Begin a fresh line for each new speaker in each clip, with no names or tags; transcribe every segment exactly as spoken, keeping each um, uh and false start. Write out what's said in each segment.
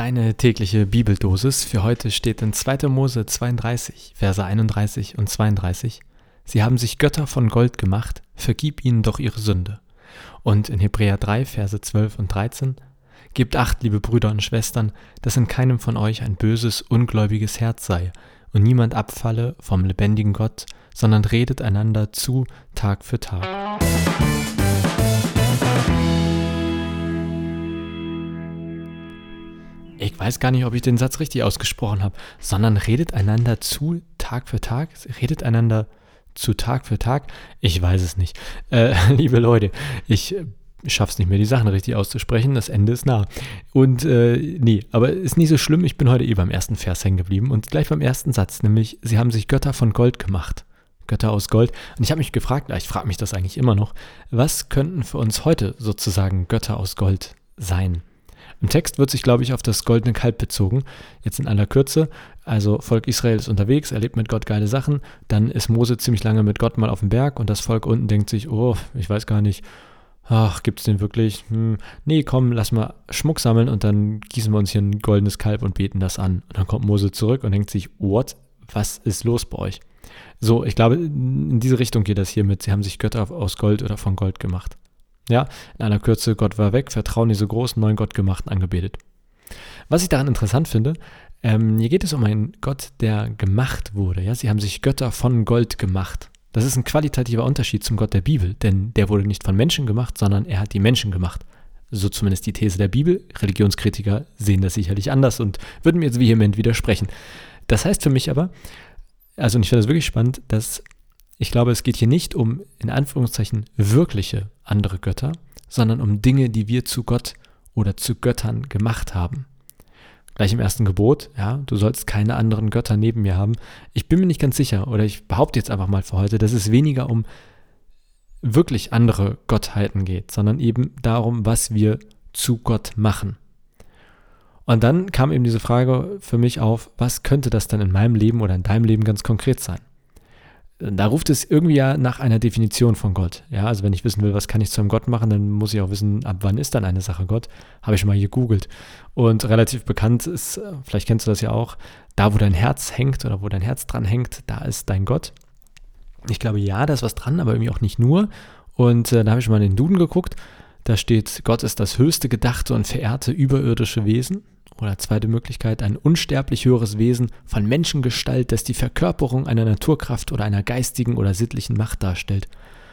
Deine tägliche Bibeldosis für heute steht in zweiter Mose zweiunddreißig, Verse einunddreißig und zweiunddreißig. Sie haben sich Götter von Gold gemacht, vergib ihnen doch ihre Sünde. Und in Hebräer drei, Verse zwölf und dreizehn. Gebt acht, liebe Brüder und Schwestern, dass in keinem von euch ein böses, ungläubiges Herz sei und niemand abfalle vom lebendigen Gott, sondern redet einander zu Tag für Tag. Ich weiß gar nicht, ob ich den Satz richtig ausgesprochen habe, sondern redet einander zu Tag für Tag, redet einander zu Tag für Tag. Ich weiß es nicht. Äh, liebe Leute, ich schaffe es nicht mehr, die Sachen richtig auszusprechen. Das Ende ist nah. Und äh, nee, aber ist nicht so schlimm. Ich bin heute eh beim ersten Vers hängen geblieben und gleich beim ersten Satz, nämlich, sie haben sich Götter von Gold gemacht. Götter aus Gold. Und ich habe mich gefragt, ich frage mich das eigentlich immer noch, was könnten für uns heute sozusagen Götter aus Gold sein? Im Text wird sich, glaube ich, auf das goldene Kalb bezogen, jetzt in aller Kürze. Also Volk Israel ist unterwegs, erlebt mit Gott geile Sachen, dann ist Mose ziemlich lange mit Gott mal auf dem Berg und das Volk unten denkt sich, oh, ich weiß gar nicht, ach, gibt's den wirklich? Hm, nee, komm, lass mal Schmuck sammeln und dann gießen wir uns hier ein goldenes Kalb und beten das an. Und dann kommt Mose zurück und denkt sich, what, was ist los bei euch? So, ich glaube, in diese Richtung geht das hier mit, sie haben sich Götter aus Gold oder von Gold gemacht. Ja, in einer Kürze, Gott war weg, Vertrauen diese großen, neuen Gott gemachten, angebetet. Was ich daran interessant finde, ähm, hier geht es um einen Gott, der gemacht wurde. Ja, sie haben sich Götter von Gold gemacht. Das ist ein qualitativer Unterschied zum Gott der Bibel, denn der wurde nicht von Menschen gemacht, sondern er hat die Menschen gemacht. So zumindest die These der Bibel. Religionskritiker sehen das sicherlich anders und würden mir jetzt vehement widersprechen. Das heißt für mich aber, also und ich finde das wirklich spannend, dass ich glaube, es geht hier nicht um, in Anführungszeichen, wirkliche andere Götter, sondern um Dinge, die wir zu Gott oder zu Göttern gemacht haben. Gleich im ersten Gebot, ja, du sollst keine anderen Götter neben mir haben. Ich bin mir nicht ganz sicher, oder ich behaupte jetzt einfach mal für heute, dass es weniger um wirklich andere Gottheiten geht, sondern eben darum, was wir zu Gott machen. Und dann kam eben diese Frage für mich auf, was könnte das dann in meinem Leben oder in deinem Leben ganz konkret sein? Da ruft es irgendwie ja nach einer Definition von Gott. Ja, also wenn ich wissen will, was kann ich zu einem Gott machen, dann muss ich auch wissen, ab wann ist dann eine Sache Gott. Habe ich schon mal gegoogelt. Und relativ bekannt ist, vielleicht kennst du das ja auch, da wo dein Herz hängt oder wo dein Herz dran hängt, da ist dein Gott. Ich glaube, ja, da ist was dran, aber irgendwie auch nicht nur. Und äh, da habe ich schon mal in den Duden geguckt. Da steht, Gott ist das höchste gedachte und verehrte überirdische Wesen. Oder zweite Möglichkeit, ein unsterblich höheres Wesen von Menschengestalt, das die Verkörperung einer Naturkraft oder einer geistigen oder sittlichen Macht darstellt.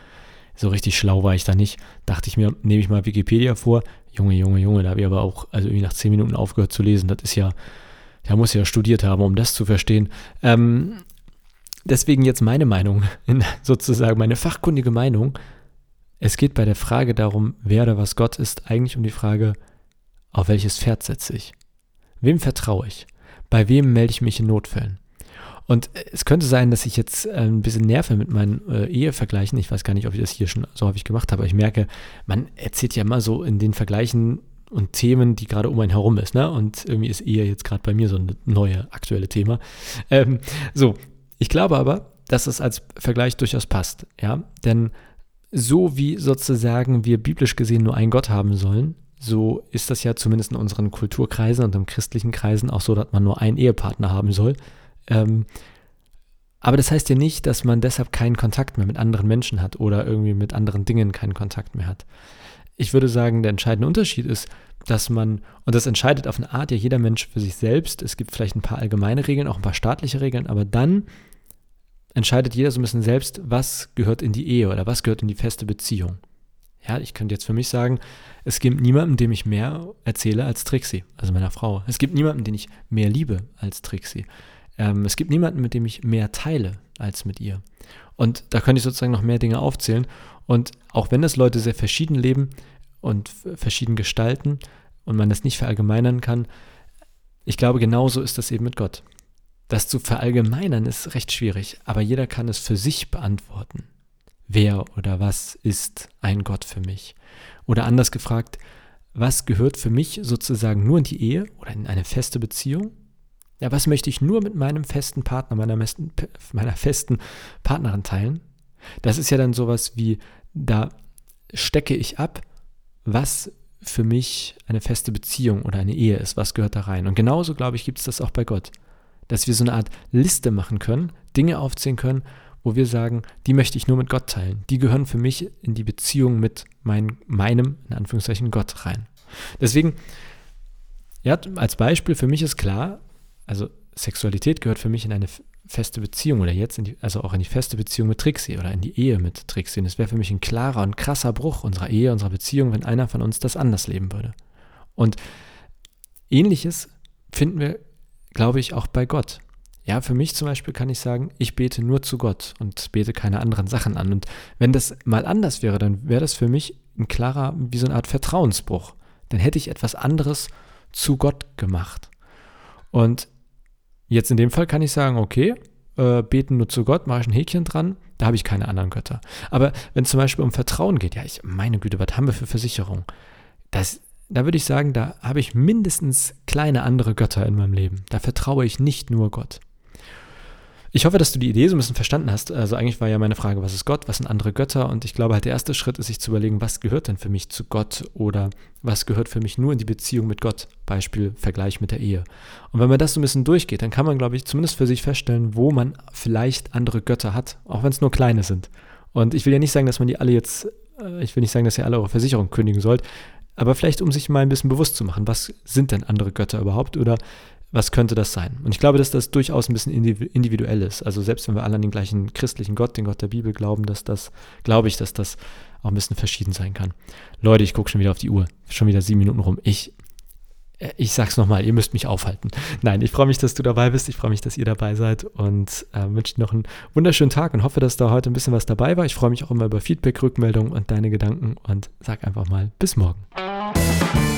So richtig schlau war ich da nicht. Dachte ich mir, nehme ich mal Wikipedia vor. Junge, Junge, Junge, da habe ich aber auch also irgendwie nach zehn Minuten aufgehört zu lesen. Das ist ja, da muss ich ja studiert haben, um das zu verstehen. Ähm, deswegen jetzt meine Meinung, sozusagen meine fachkundige Meinung. Es geht bei der Frage darum, wer oder was Gott ist, eigentlich um die Frage, auf welches Pferd setze ich? Wem vertraue ich? Bei wem melde ich mich in Notfällen? Und es könnte sein, dass ich jetzt ein bisschen nerve mit meinen äh, Ehevergleichen. Ich weiß gar nicht, ob ich das hier schon so häufig gemacht habe, aber ich merke, man erzählt ja immer so in den Vergleichen und Themen, die gerade um einen herum ist. Ne? Und irgendwie ist Ehe jetzt gerade bei mir so ein neues, aktuelles Thema. Ähm, so, ich glaube aber, dass es als Vergleich durchaus passt. Ja? Denn so wie sozusagen wir biblisch gesehen nur einen Gott haben sollen, so ist das ja zumindest in unseren Kulturkreisen und in christlichen Kreisen auch so, dass man nur einen Ehepartner haben soll. Ähm, aber das heißt ja nicht, dass man deshalb keinen Kontakt mehr mit anderen Menschen hat oder irgendwie mit anderen Dingen keinen Kontakt mehr hat. Ich würde sagen, der entscheidende Unterschied ist, dass man, und das entscheidet auf eine Art ja jeder Mensch für sich selbst, es gibt vielleicht ein paar allgemeine Regeln, auch ein paar staatliche Regeln, aber dann entscheidet jeder so ein bisschen selbst, was gehört in die Ehe oder was gehört in die feste Beziehung. Ja, ich könnte jetzt für mich sagen, es gibt niemanden, dem ich mehr erzähle als Trixie, also meiner Frau. Es gibt niemanden, den ich mehr liebe als Trixie. Ähm, es gibt niemanden, mit dem ich mehr teile als mit ihr. Und da könnte ich sozusagen noch mehr Dinge aufzählen. Und auch wenn das Leute sehr verschieden leben und verschieden gestalten und man das nicht verallgemeinern kann, ich glaube, genauso ist das eben mit Gott. Das zu verallgemeinern ist recht schwierig, aber jeder kann es für sich beantworten. Wer oder was ist ein Gott für mich? Oder anders gefragt, was gehört für mich sozusagen nur in die Ehe oder in eine feste Beziehung? Ja, was möchte ich nur mit meinem festen Partner, meiner, meisten, meiner festen Partnerin teilen? Das ist ja dann sowas wie, da stecke ich ab, was für mich eine feste Beziehung oder eine Ehe ist, was gehört da rein. Und genauso, glaube ich, gibt es das auch bei Gott, dass wir so eine Art Liste machen können, Dinge aufzählen können, wo wir sagen, die möchte ich nur mit Gott teilen. Die gehören für mich in die Beziehung mit mein, meinem, in Anführungszeichen, Gott rein. Deswegen, ja, als Beispiel, für mich ist klar, also Sexualität gehört für mich in eine feste Beziehung oder jetzt, in die, also auch in die feste Beziehung mit Trixie oder in die Ehe mit Trixie. Und es wäre für mich ein klarer und krasser Bruch unserer Ehe, unserer Beziehung, wenn einer von uns das anders leben würde. Und Ähnliches finden wir, glaube ich, auch bei Gott. Ja, für mich zum Beispiel kann ich sagen, ich bete nur zu Gott und bete keine anderen Sachen an. Und wenn das mal anders wäre, dann wäre das für mich ein klarer, wie so eine Art Vertrauensbruch. Dann hätte ich etwas anderes zu Gott gemacht. Und jetzt in dem Fall kann ich sagen, okay, äh, beten nur zu Gott, mache ich ein Häkchen dran, da habe ich keine anderen Götter. Aber wenn es zum Beispiel um Vertrauen geht, ja, ich, meine Güte, was haben wir für Versicherung? Das, da würde ich sagen, da habe ich mindestens kleine andere Götter in meinem Leben. Da vertraue ich nicht nur Gott. Ich hoffe, dass du die Idee so ein bisschen verstanden hast. Also eigentlich war ja meine Frage, was ist Gott, was sind andere Götter? Und ich glaube halt, der erste Schritt ist, sich zu überlegen, was gehört denn für mich zu Gott oder was gehört für mich nur in die Beziehung mit Gott? Beispiel, Vergleich mit der Ehe. Und wenn man das so ein bisschen durchgeht, dann kann man, glaube ich, zumindest für sich feststellen, wo man vielleicht andere Götter hat, auch wenn es nur kleine sind. Und ich will ja nicht sagen, dass man die alle jetzt, ich will nicht sagen, dass ihr alle eure Versicherung kündigen sollt, aber vielleicht, um sich mal ein bisschen bewusst zu machen, was sind denn andere Götter überhaupt oder was könnte das sein? Und ich glaube, dass das durchaus ein bisschen individuell ist. Also selbst wenn wir alle an den gleichen christlichen Gott, den Gott der Bibel glauben, dass das, glaube ich, dass das auch ein bisschen verschieden sein kann. Leute, ich gucke schon wieder auf die Uhr. Schon wieder sieben Minuten rum. Ich, ich sag's nochmal, ihr müsst mich aufhalten. Nein, ich freue mich, dass du dabei bist. Ich freue mich, dass ihr dabei seid und äh, wünsche dir noch einen wunderschönen Tag und hoffe, dass da heute ein bisschen was dabei war. Ich freue mich auch immer über Feedback, Rückmeldungen und deine Gedanken und sag einfach mal bis morgen.